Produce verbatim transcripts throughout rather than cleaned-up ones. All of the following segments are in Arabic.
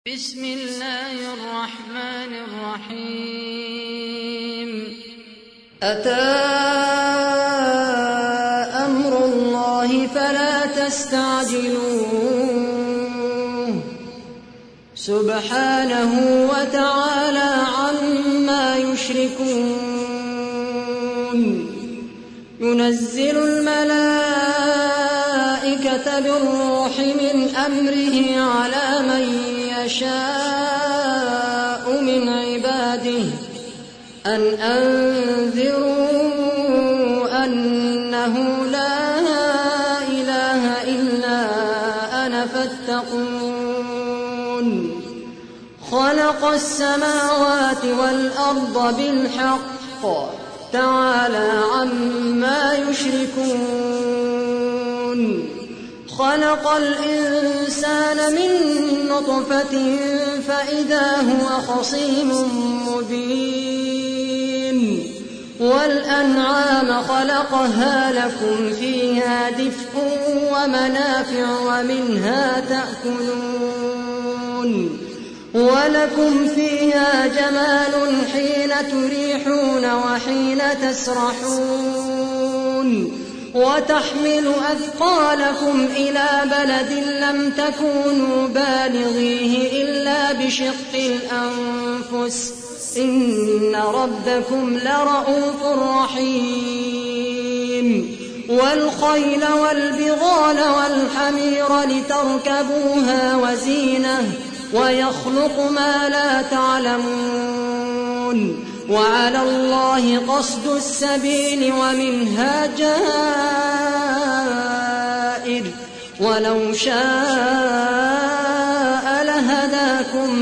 بسم الله الرحمن الرحيم أتى أمر الله فلا تستعجلوه سبحانه وتعالى عما يشركون ينزل الملائكة بالروح من أمره على من يشاء من عباده أن أنذروا أنه لا إله إلا أنا فاتقون خلق السماوات والأرض بالحق تعالى عما يشركون خلق الإنسان من نطفة فإذا هو خصيم مبين والأنعام خلقها لكم فيها دفء ومنافع ومنها تأكلون ولكم فيها جمال حين تريحون وحين تسرحون وتحمل أثقالكم إلى بلد لم تكونوا بالغيه إلا بشق الأنفس إن ربكم لرءوف رحيم والخيل والبغال والحمير لتركبوها وزينة ويخلق ما لا تعلمون وعلى الله قصد السبيل ومنها جائر ولو شاء لهداكم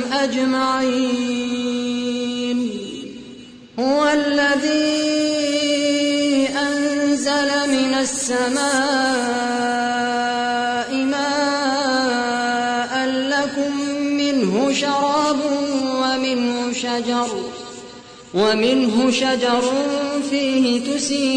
أجمعين هو الذي أنزل من السماء ماء لكم منه شراب ومنه شجر ومنه شجر فيه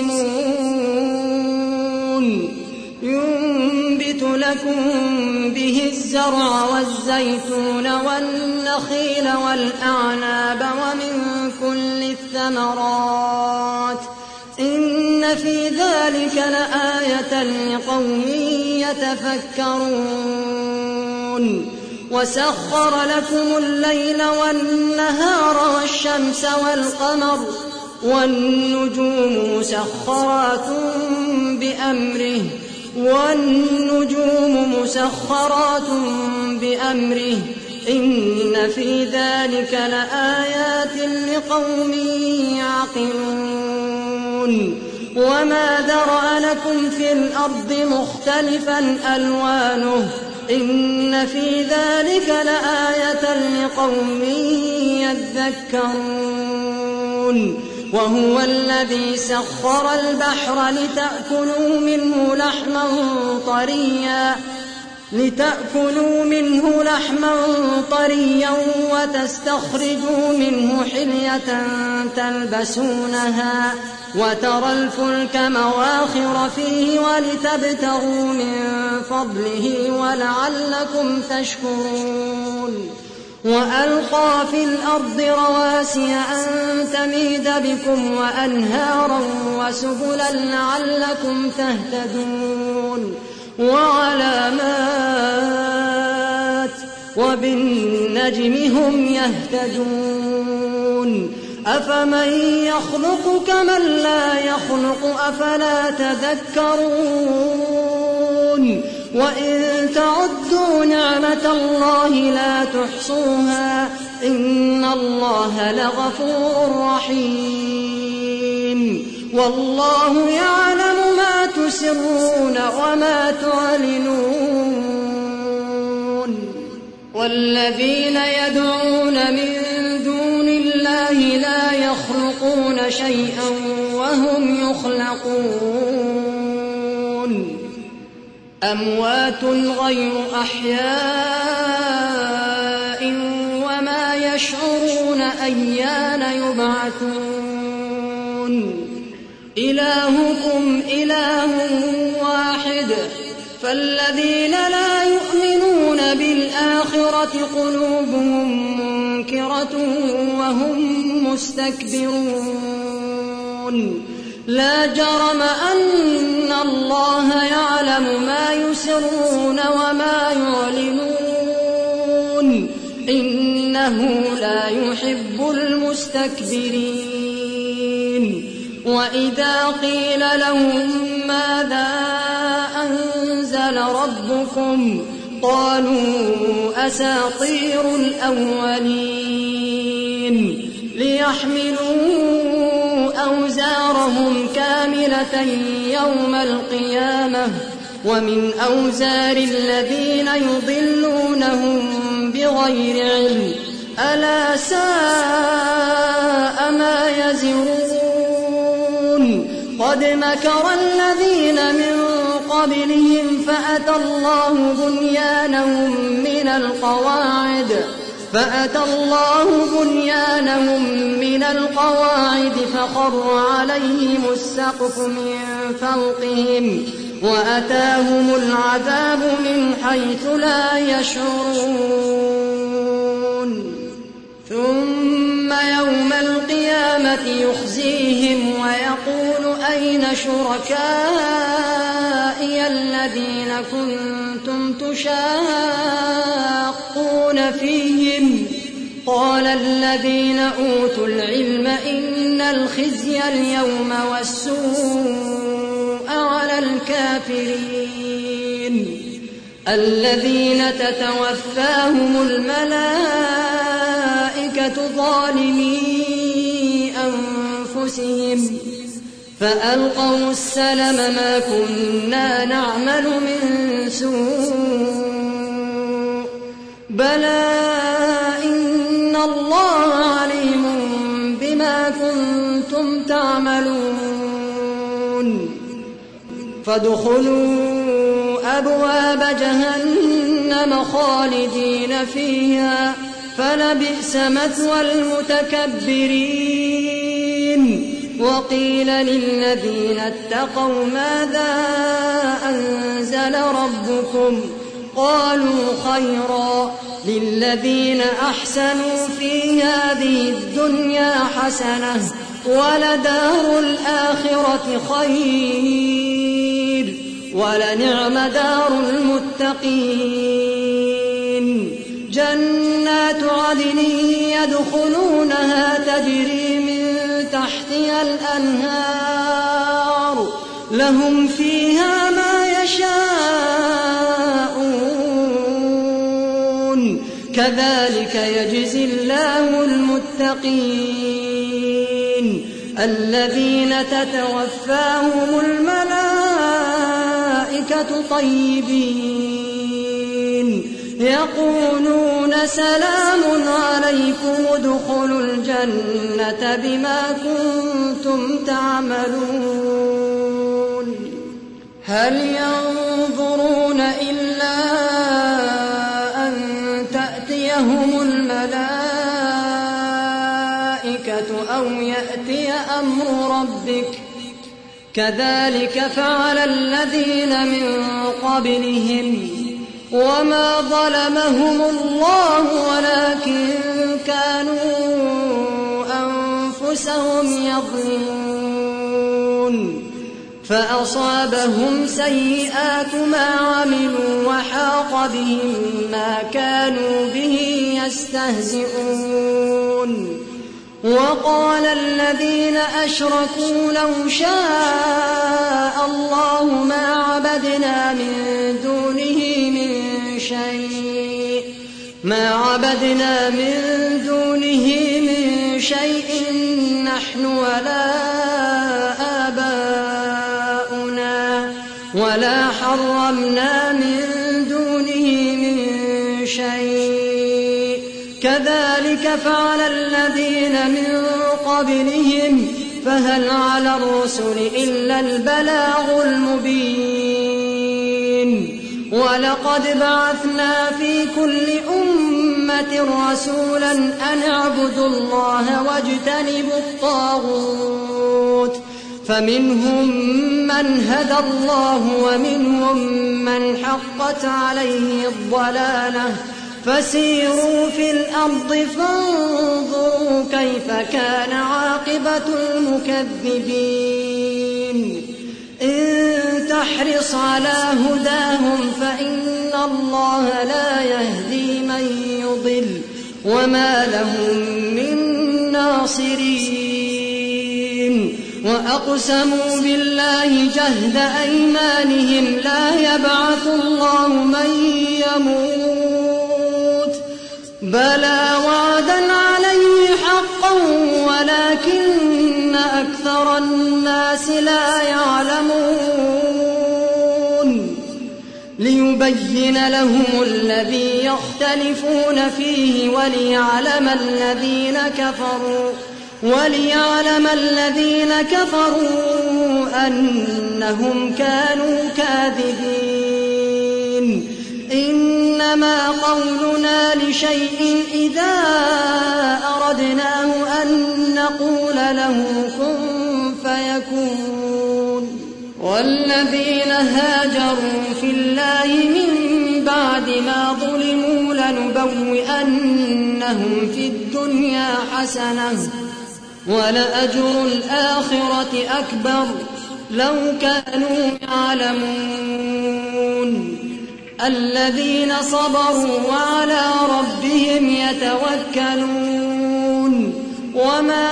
تسيمون ينبت لكم به الزرع والزيتون والنخيل والأعناب ومن كل الثمرات إن في ذلك لآية لقوم يتفكرون وسخر لكم الليل والنهار والشمس والقمر والنجوم مسخرات بأمره والنجوم مسخرات بأمره إن في ذلك لآيات لقوم يعقلون وما ذرأ لكم في الأرض مختلفا ألوانه إن في ذلك لآية لقوم يذكرون وهو الذي سخر البحر لتأكلوا منه لحما طريا لتأكلوا منه لحما طريا وتستخرجوا منه حلية تلبسونها وترى الفلك مواخر فيه ولتبتغوا من فضله ولعلكم تشكرون وألقى في الأرض رواسي أن تميد بكم وأنهارا وسبلا لعلكم تهتدون وعلامات وبالنجم هم يهتدون أفمن يخلق كمن لا يخلق أفلا تذكرون وإن تعدوا نعمة الله لا تحصوها إن الله لغفور رحيم والله يعلم ما تسرون وما تعلنون والذين يدعون من دون الله لا يخلقون شيئا وهم يخلقون أموات غير أحياء وما يشعرون أيان يبعثون إلهكم إله واحد فالذين لا يؤمنون بالآخرة الآخرة قلوبهم منكرة وهم مستكبرون لا جرم أن الله يعلم ما يسرون وما يعلنون إنه لا يحب المستكبرين وإذا قيل لهم ماذا أنزل ربكم قالوا أساطير الأولين ليحملوا أوزارهم كاملة يوم القيامة ومن أوزار الذين يضلونهم بغير علم ألا ساء ما يزرون قد مكر الذين من قبلهم فأتى الله بنيانهم من القواعد فأتى الله بنيانهم من القواعد فخر عليهم السقف من فوقهم وأتاهم العذاب من حيث لا يشعرون ثم يوم القيامة يخزيهم ويقول أين شركائي الذين كنتم تشاقون فيهم قال الذين أوتوا العلم إن الخزي اليوم والسوء على الكافرين الذين تتوفاهم الملائكة ظالمي أنفسهم فألقوا السلم ما كنا نعمل من سوء بلى إن الله عليم بما كنتم تعملون فادخلوا أبواب جهنم خالدين فيها فلبئس مثوى المتكبرين وقيل للذين اتقوا ماذا أنزل ربكم قالوا خيرا للذين أحسنوا في هذه الدنيا حسنة ولدار الآخرة خير ولنعم دار المتقين جنات عدن يدخلونها تجري من تحتها الأنهار لهم فيها ما يشاءون كذلك يجزي الله المتقين الذين تتوفاهم الملائكة طيبين يقولون سلام عليكم ادخلوا الجنة بما كنتم تعملون هل ينظرون إلا أن تأتيهم الملائكة أو يأتي أمر ربك كذلك فعل الذين من قبلهم وما ظلمهم الله ولكن كانوا أنفسهم يظلمون فأصابهم سيئات ما عملوا وحاق بهم ما كانوا به يستهزئون وقال الذين أشركوا لو شاء الله ما عبدنا من دونه من شيء ما عبدنا من دونه من شيء نحن ولا آباؤنا ولا حرمنا من دونه من شيء كذلك فعل الذين من قبلهم فهل على الرسل إلا البلاغ المبين ولقد بعثنا في كل أمة رسولا أن اعبدوا الله واجتنبوا الطاغوت فمنهم من هدى الله ومنهم من حقت عليه الضلالة فسيروا في الأرض فانظروا كيف كان عاقبة المكذبين إن تحرص على هداهم فإن الله لا يهدي من يضل وما لهم من ناصرين وأقسموا بالله جهد أيمانهم لا يبعث الله من يموت بلى وعدا عليه حقا ولكن أكثر الناس لا يعلمون ليبين لهم الذي يختلفون فيه وليعلم الذين كفروا وليعلم الذين كفروا أنهم كانوا كاذبين إنما قولنا لشيء إذا أردناه أن نقول له كن فيكون والذين هاجروا في الله من بعد ما ظلموا لنبوئنهم في الدنيا حسنة ولأجر الآخرة أكبر لو كانوا يعلمون الذين صبروا وعلى ربهم يتوكلون وما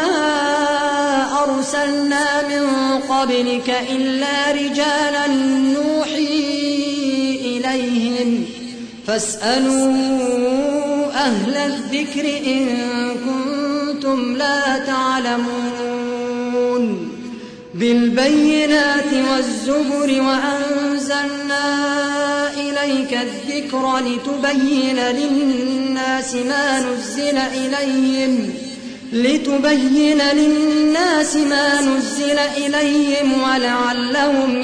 أرسلنا من قبلك إلا رجالا نوحي إليهم فاسألوا أهل الذكر إن كنتم لا تعلمون بالبينات والزبر وأنزلنا إليك الذكر لتبين للناس ما نزل إليهم لتبين للناس ما نزل إليهم ولعلهم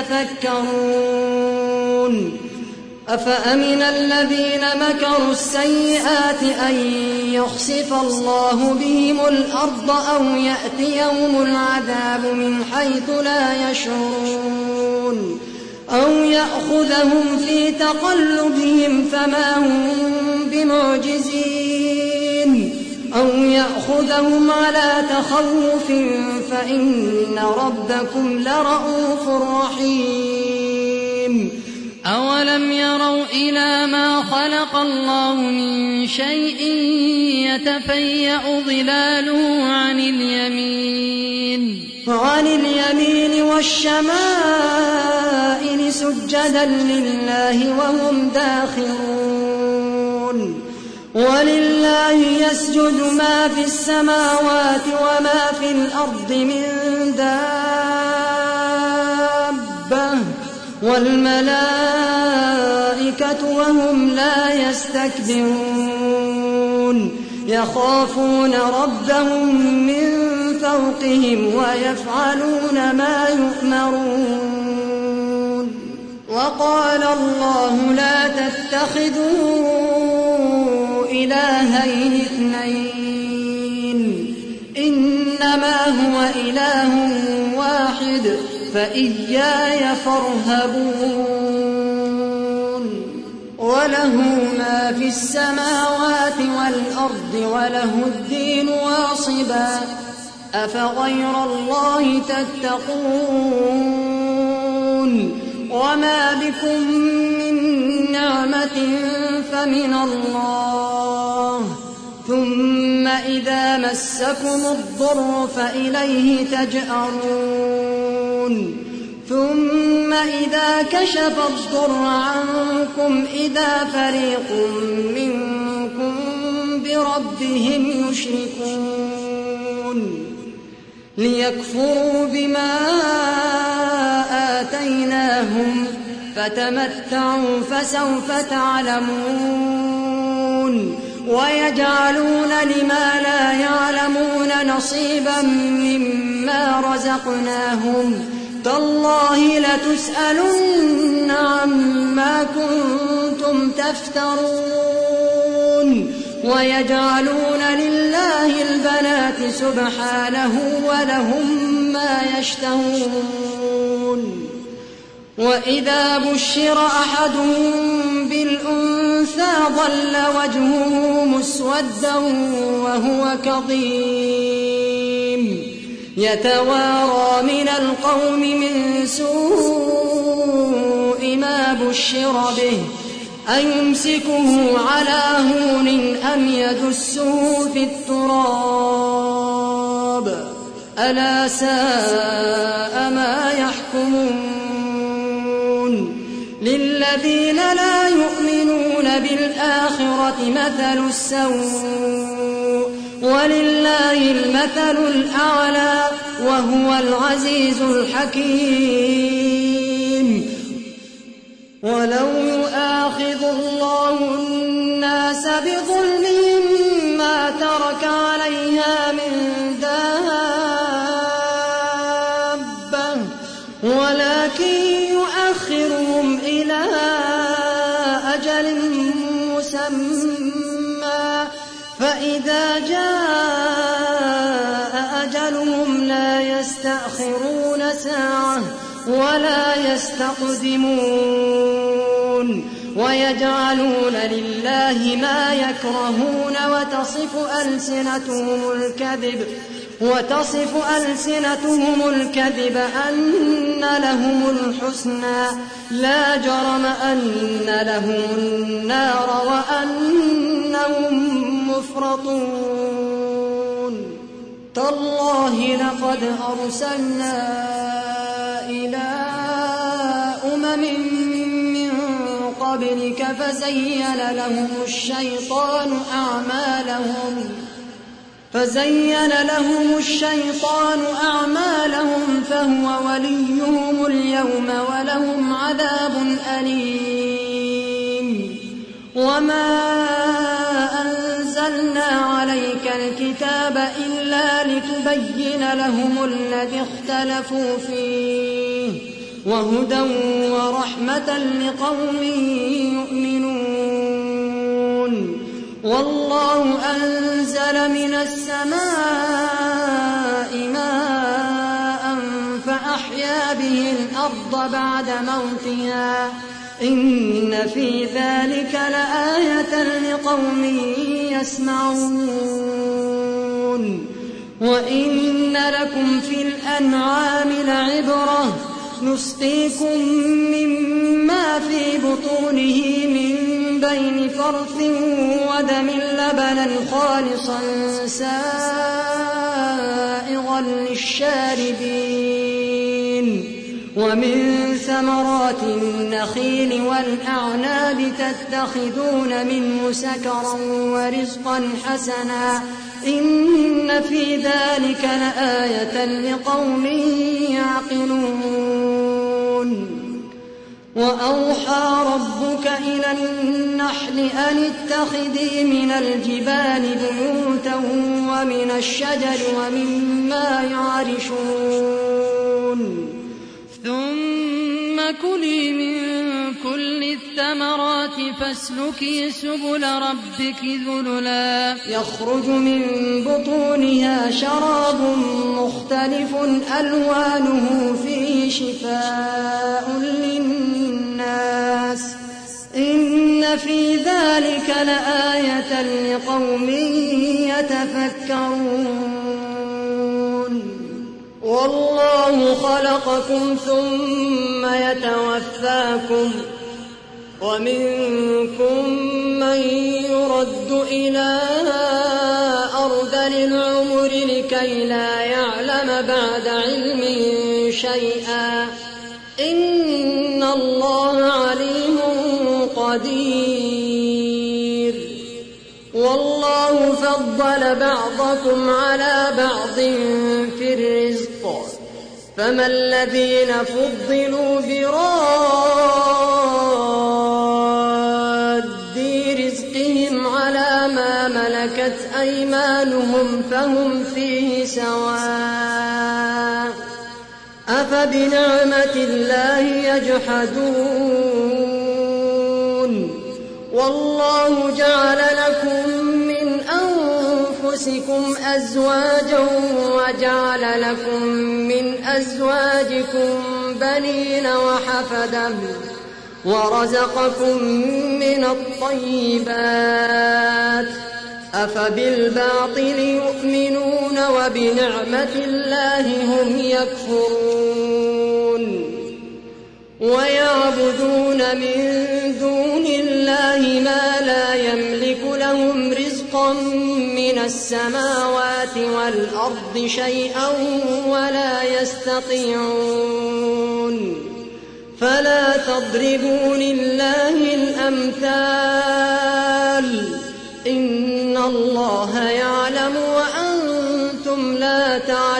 يتفكرون أفأمن الذين مكروا السيئات أن يخسف الله بهم الأرض أو يأتيهم العذاب من حيث لا يشعرون أو يأخذهم في تقلبهم فما هم بمعجزين أو يأخذهم على تخوف فإن ربكم لرءوف رحيم أولم يروا إلى ما خلق الله من شيء يتفيأ ظلاله عن اليمين عن اليمين والشمائل سجدا لله وهم داخرون ولله يسجد ما في السماوات وما في الأرض من دابة والملائكة وهم لا يستكبرون يخافون ربهم من فوقهم ويفعلون ما يؤمرون وقال الله لا تتخذوا إلهين اثنين إنما هو إله واحد فإياي فارهبون وله ما في السماوات والأرض وله الدين واصبا أفغير الله تتقون وما بكم من نعمة فمن الله ثم إذا مسكم الضر فإليه تجأرون ثم إذا كشف الضر عنكم إذا فريق منكم بربهم يشركون ليكفروا بما آتيناهم فتمتعوا فسوف تعلمون ويجعلون لما لا يعلمون نصيبا مما رزقناهم تالله لتسألن عما كنتم تفترون ويجعلون لله البنات سبحانه ولهم ما يشتهون وإذا بشر أحدهم بالأنثى أنثى ظل وجهه مسودا وهو كظيم يتوارى من القوم من سوء ما بشر به أيمسكه على هون أم يدسه في التراب ألا ساء ما يحكمون للذين لا يؤمنون بالآخرة مثل السوء ولله المثل الأعلى وهو العزيز الحكيم ولو يؤاخذ الله الناس بظلمهم ما ترك عليها من دابة ولكن يؤخرهم إلى أجل مسمى فإذا جاء أجلهم لا يستأخرون ساعة ولا يستقدمون ويجعلون لله ما يكرهون وتصف ألسنتهم الكذب وتصف ألسنتهم الكذب أن لهم الحسنى لا جرم أن لهم النار وأنهم مفرطون تالله لقد أرسلنا إلى أمم من قبلك فزين لهم الشيطان أعمالهم فزين لهم الشيطان أعمالهم فهو وليهم اليوم ولهم عذاب أليم وما أنزلنا عليك الكتاب إلا لتبين لهم الذي اختلفوا فيه وهدى ورحمة لقوم يؤمنون والله أنزل من السماء ماء فأحيا به الأرض بعد موتها إن في ذلك لآية لقوم يسمعون وإن لكم في الأنعام لعبرة نسقيكم مما في بطونه من بين فرث ودم لبنا خالصا سائغا للشاربين ومن ثمرات النخيل والأعناب تتخذون منه سكرا ورزقا حسنا إن في ذلك لآية لقوم يعقلون وأوحى ربك إلى النحل أن اتخذي من الجبال بيوتا ومن الشجر ومما يعرشون ثم كلي من كل الثمرات فاسلكي سبل ربك ذللا يخرج من بطونها شراب مختلف ألوانه فيه شفاء للناس إن في ذلك لآية لقوم يتفكرون والله خلقكم ثم يتوفاكم ومنكم من يرد إلى أرذل العمر لكي لا يعلم بعد علم شيئا إن الله عليم قدير والله فضل بعضكم على بعض في الرزق فما الذين فضلوا براد رزقهم على ما ملكت أيمانهم فهم فيه سواء أفبنعمة الله يجحدون والله جعل لكم من أنفسكم أزواجا وجعل لكم من أزواجكم بنين وحفدا ورزقكم من الطيبات أفبالباطل يؤمنون وبنعمة الله هم يكفرون ويعبدون من دون الله ما لا يملك لهم رزقا من السماوات والأرض شيئا ولا يستطيعون فلا تضربوا لله الأمثال إن الله يعلم وأنتم لا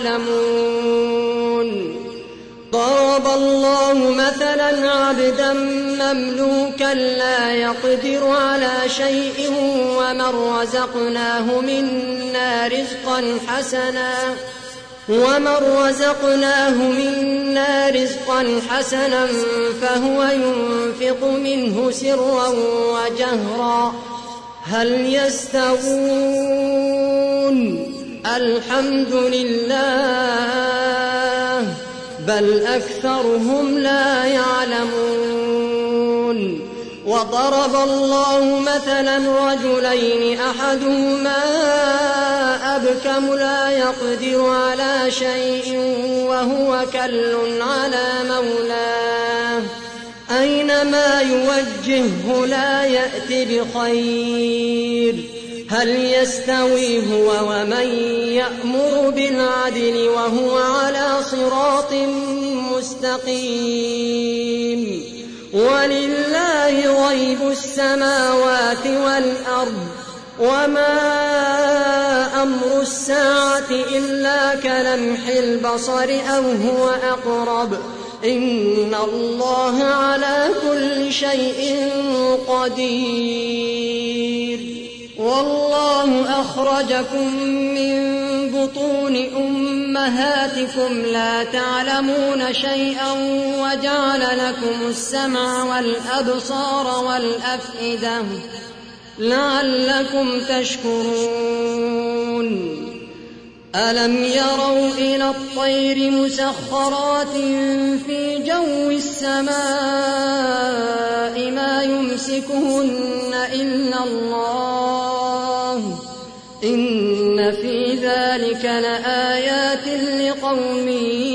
تعلمون ضرب الله مثلا عبدا مملوكا لا يقدر على شيء ومن رزقناه منا رزقا حسنا ومن رزقناه منا رزقا حسنا فهو ينفق منه سرا وجهرا هل يستوون الحمد لله بل أكثرهم لا يعلمون وضرب الله مثلا رجلين أحدهما أبكم لا يقدر على شيء وهو كل على مولاه أينما يوجهه لا يأت بخير هل يستوي هو ومن يأمر بالعدل وهو على صراط مستقيم ولله غيب السماوات والأرض وما أمر الساعة إلا كلمح البصر أو هو أقرب إن الله على كل شيء قدير والله أخرجكم من بطون أمهاتكم لا تعلمون شيئا وجعل لكم السمع والأبصار والأفئدة لعلكم تشكرون ألم يروا إلى الطير مسخرات في جو السماء ما يمسكهن إلا الله إن في ذلك لآيات لقوم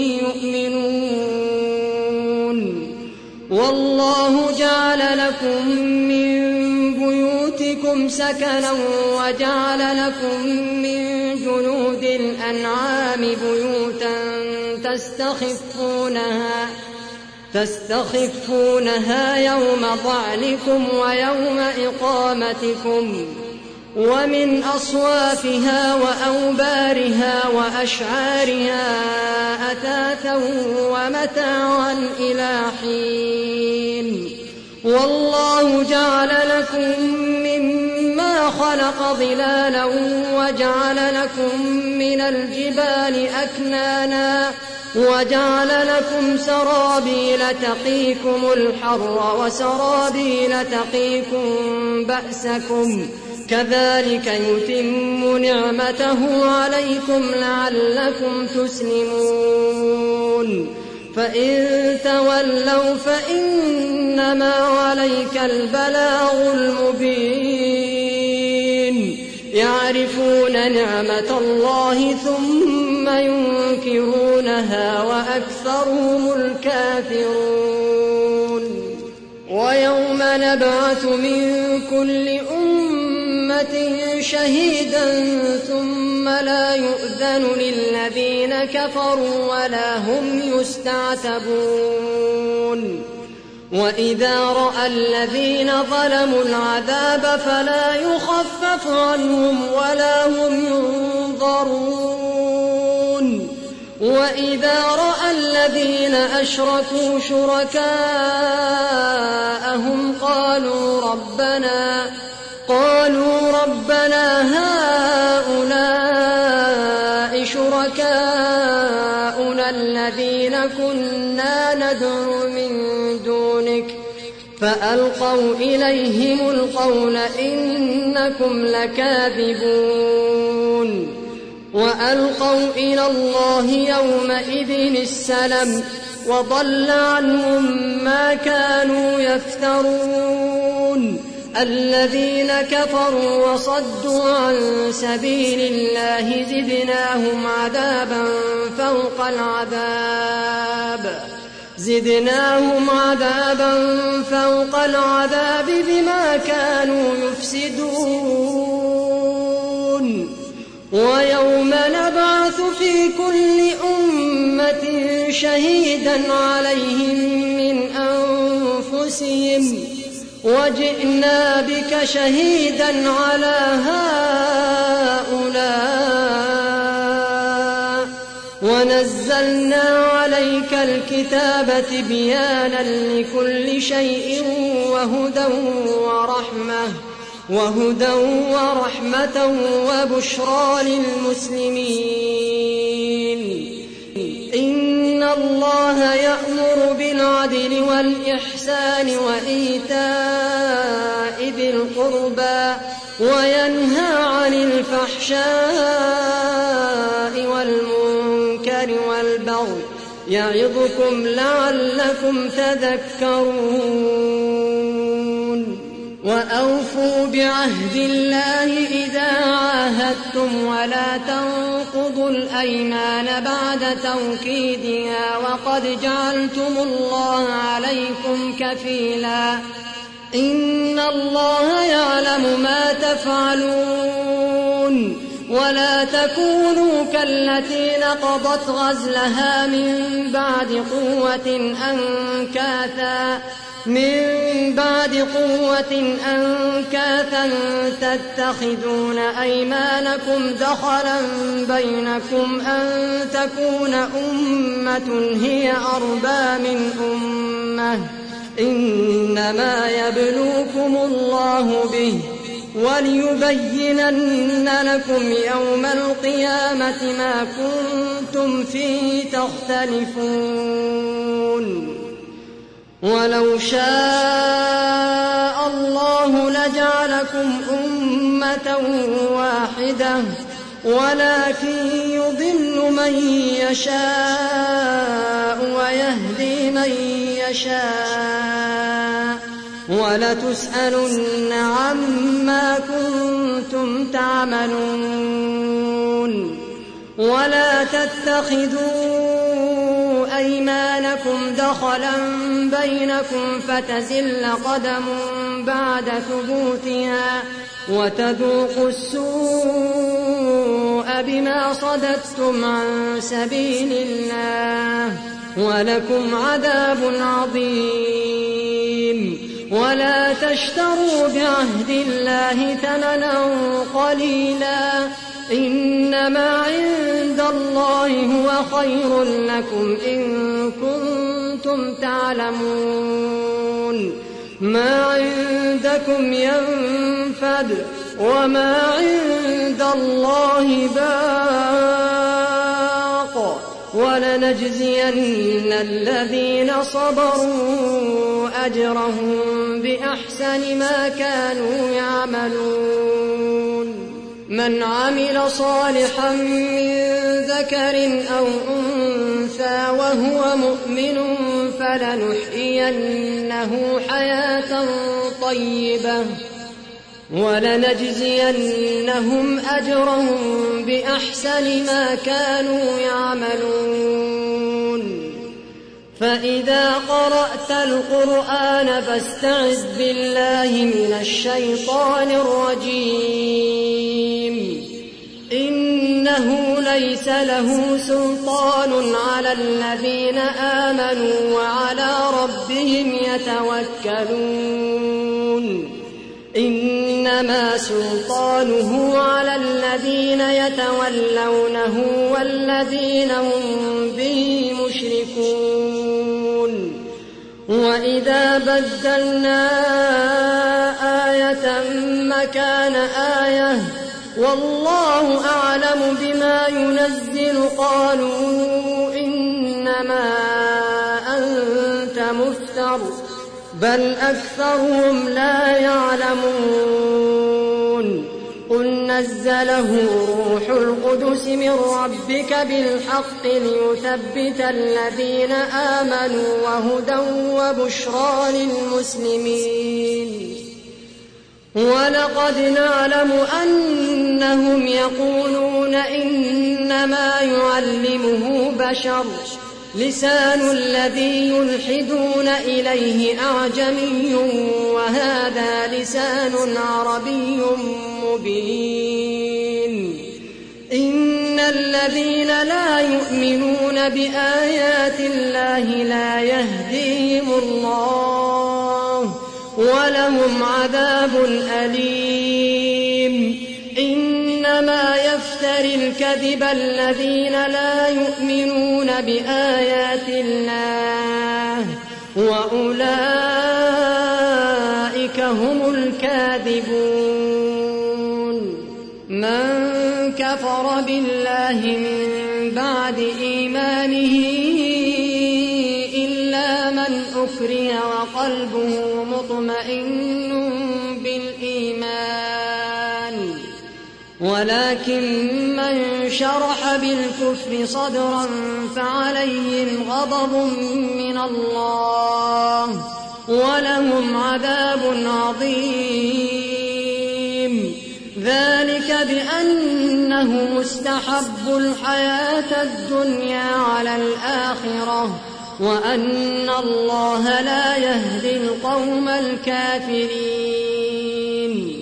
يؤمنون والله جعل لكم من بيوتكم سكنا وجعل لكم من جلود الأنعام بيوتا تستخفونها تستخفونها يوم ضعنكم ويوم إقامتكم ومن أصوافها وأوبارها وأشعارها أثاثا ومتاعا إلى حين والله جعل لكم مما خلق ظلالا وجعل لكم من الجبال أكنانا وجعل لكم سرابيل تقيكم الحر وسرابيل تقيكم بأسكم كذلك يتم نعمته عليكم لعلكم تسلمون فإن تولوا فإنما عليك البلاغ المبين يعرفون نعمة الله ثم ينكرونها وأكثرهم الكافرون ويوم نبعث من كل أمة شهيدا ثم لا يؤذن للذين كفروا ولا هم يستعتبون وإذا رأى الذين ظلموا العذاب فلا يخفف عنهم ولا هم ينظرون وإذا رأى الذين أشركوا شركاءهم قالوا ربنا قالوا ربنا هؤلاء شركاؤنا الذين كنا ندعو من دونك فألقوا إليهم القول إنكم لكاذبون وألقوا إلى الله يومئذ السلم وضل عنهم ما كانوا يفترون الذين كفروا وصدوا عن سبيل الله زدناهم عذابا فوق العذاب زدناهم عذابا فوق العذاب بما كانوا يفسدون ويوم نبعث في كل أمة شهيدا عليهم من أنفسهم وجئنا بك شهيدا على هؤلاء ونزلنا عليك الكتاب تبيانا لكل شيء وهدى ورحمة وهدى ورحمة وبشرى للمسلمين إن الله يأمر بالعدل والإحسان وإيتاء ذي القربى وينهى عن الفحشاء والمنكر والبغي يعظكم لعلكم تذكرون وأوفوا بعهد الله إذا عاهدتم ولا تنقضوا الأيمان بعد توكيدها وقد جعلتم الله عليكم كفيلا إن الله يعلم ما تفعلون ولا تكونوا كالتي نقضت غزلها من بعد قوة أنكاثا من بعد قوة أنكاثا تتخذون أيمانكم دخلا بينكم أن تكون أمة هي أربى من أمة إنما يبلوكم الله به وليبينن لكم يوم القيامة ما كنتم فيه تختلفون ولو شاء الله لجعلكم أمة واحدة ولكن يضل من يشاء ويهدي من يشاء ولتسألن عما كنتم تعملون ولا تتخذوا أيمانكم دخلا بينكم فتزل قدم بعد ثبوتها وتذوقوا السوء بما صددتم عن سبيل الله ولكم عذاب عظيم ولا تشتروا بعهد الله ثمنا قليلا إنما عند الله هو خير لكم إن كنتم تعلمون ما عندكم ينفد وما عند الله باق ولنجزين الذين صبروا أجرهم بأحسن ما كانوا يعملون من عمل صالحا من ذكر أو أنثى وهو مؤمن فلنحيينه حياة طيبة ولنجزينهم أجرهم بأحسن ما كانوا يعملون فإذا قرأت القرآن فاستعذ بالله من الشيطان الرجيم إنه ليس له سلطان على الذين آمنوا وعلى ربهم يتوكلون إنما سلطانه على الذين يتولونه والذين هم به مشركون وإذا بدلنا آية مكان آية والله أعلم بما ينزل قالوا إنما أنت مفتر بل أكثرهم لا يعلمون قل نزله روح القدس من ربك بالحق ليثبت الذين آمنوا وهدى وبشرى للمسلمين. ولقد نعلم أنهم يقولون إنما يعلمه بشر لسان الذي يلحدون إليه أعجمي وهذا لسان عربي مبين. إن الذين لا يؤمنون بآيات الله لا يهديهم الله ولهم عذاب أليم. إنما يفتري الكذب الذين لا يؤمنون بآيات الله وأولئك هم الكاذبون. من كفر بالله من بعد إيمانه إلا من أكره وقلبه مطمئن بالإيمان ولكن من شرح بالكفر صدرا فعليهم غضب من الله ولهم عذاب عظيم. ذلك بأنه استحبوا الحياة الدنيا على الآخرة وأن الله لا يهدي القوم الكافرين.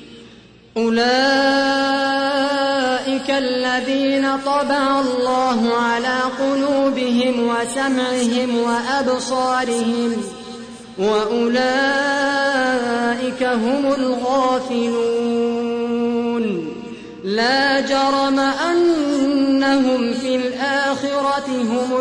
أولئك الذين طبع الله على قلوبهم وسمعهم وأبصارهم وأولئك هم الغافلون. لا جرم أنهم في الآخرة هم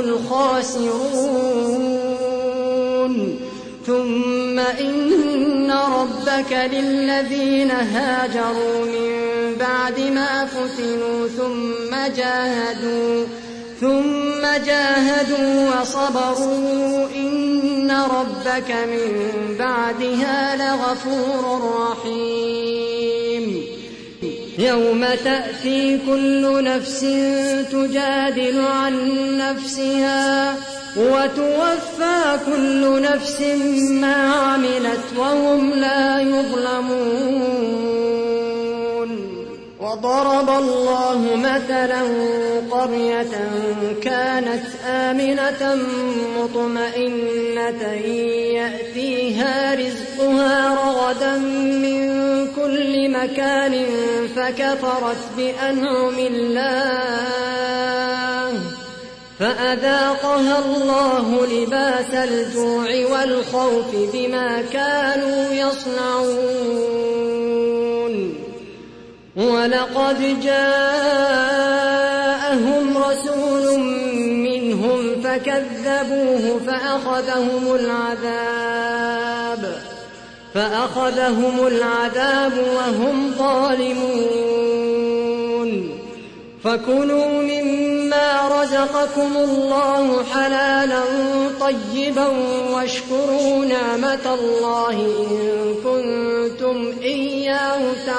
الخاسرون. ثم إن ربك للذين هاجروا من بعد ما فتنوا ثم جاهدوا ثم جاهدوا وصبروا إن ربك من بعدها لغفور رحيم. يوم تأتي كل نفس تجادل عن نفسها وتوفى كل نفس ما عملت وهم لا يظلمون. وضرب الله مثلا قرية كانت آمنة مطمئنة يأتيها رزقها رغدا من كل مكان فكفرت بأنعم الله فأذاقها الله لباس الجوع والخوف بما كانوا يصنعون. ولقد جاءهم رسول منهم فكذبوه فأخذهم العذاب فأخذهم العذاب وهم ظالمون. فكلوا مما رزقكم الله حلالا طيبا واشكروا نعمة الله إن كنتم إياه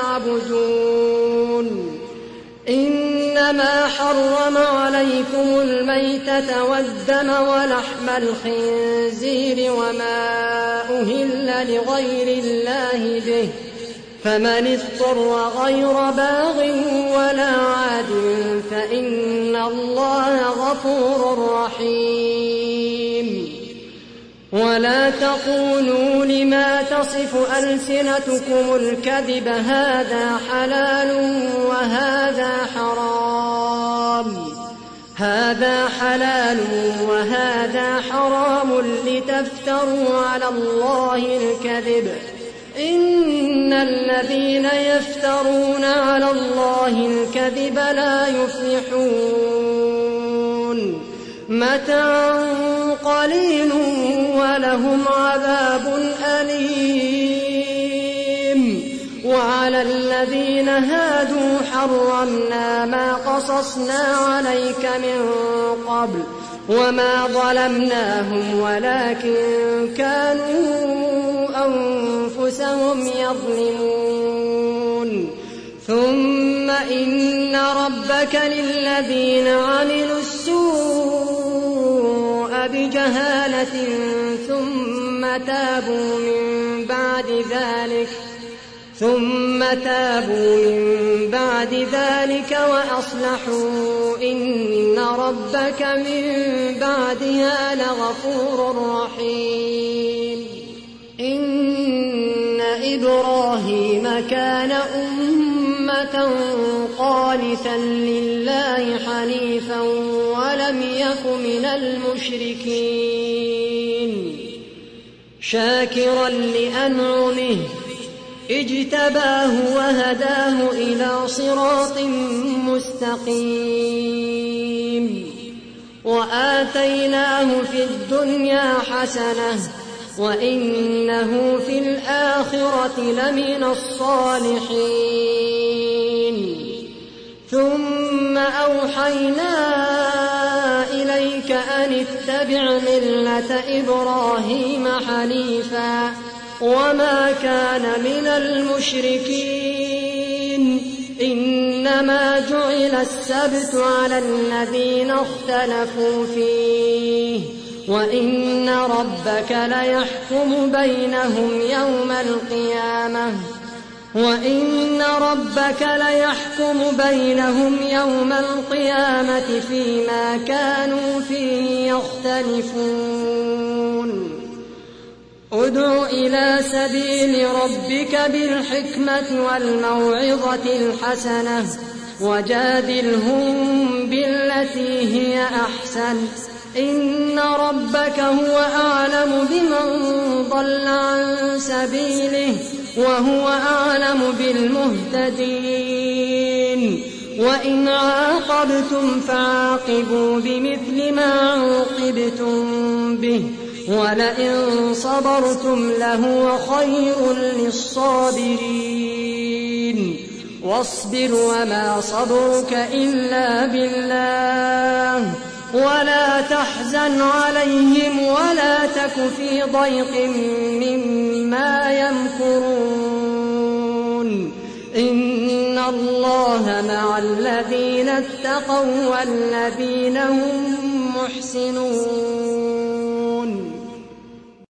تعبدون. إنما حرم عليكم الميتة والدم ولحم الخنزير وما أهل لغير الله به فمن اضطر غير باغ ولا عاد فإن الله غفور رحيم. ولا تقولوا لما تصف ألسنتكم الكذب هذا حلال وهذا حرام هذا حلال وهذا حرام لتفتروا على الله الكذب. إن الذين يفترون على الله الكذب لا يفلحون. متاع قليل ولهم عذاب أليم. وعلى الذين هادوا حرمنا ما قصصنا عليك من قبل وما ظلمناهم ولكن كانوا أنفسهم يظلمون. ثم إن ربك للذين عملوا السوء بجهالة ثم تابوا من بعد ذلك ثم تابوا من بعد ذلك وأصلحوا إن ربك من بعدها لغفور رحيم. إن إبراهيم كان أمة قانتا لله حنيفا ولم يك من المشركين شاكرا لأنعمه اجتباه وهداه إلى صراط مستقيم وآتيناه في الدنيا حسنة وإنه في الآخرة لمن الصالحين. ثم أوحينا إليك أن اتبع ملة إبراهيم حنيفا وما كان من المشركين. إنما جعل السبت على الذين اختلفوا فيه وإن ربك ليحكم بينهم يوم القيامة وإن ربك ليحكم بينهم يوم القيامة فيما كانوا فيه يختلفون. ادع إلى سبيل ربك بالحكمة والموعظة الحسنة وجادلهم بالتي هي أحسن إن ربك هو أعلم بمن ضل عن سبيله وهو أعلم بالمهتدين. وإن عاقبتم فعاقبوا بمثل ما عوقبتم به ولئن صبرتم لهو خير للصابرين. واصبر وما صبرك إلا بالله ولا تحزن عليهم ولا تك في ضيق مما يمكرون. إن الله مع الذين اتقوا والذين هم محسنون.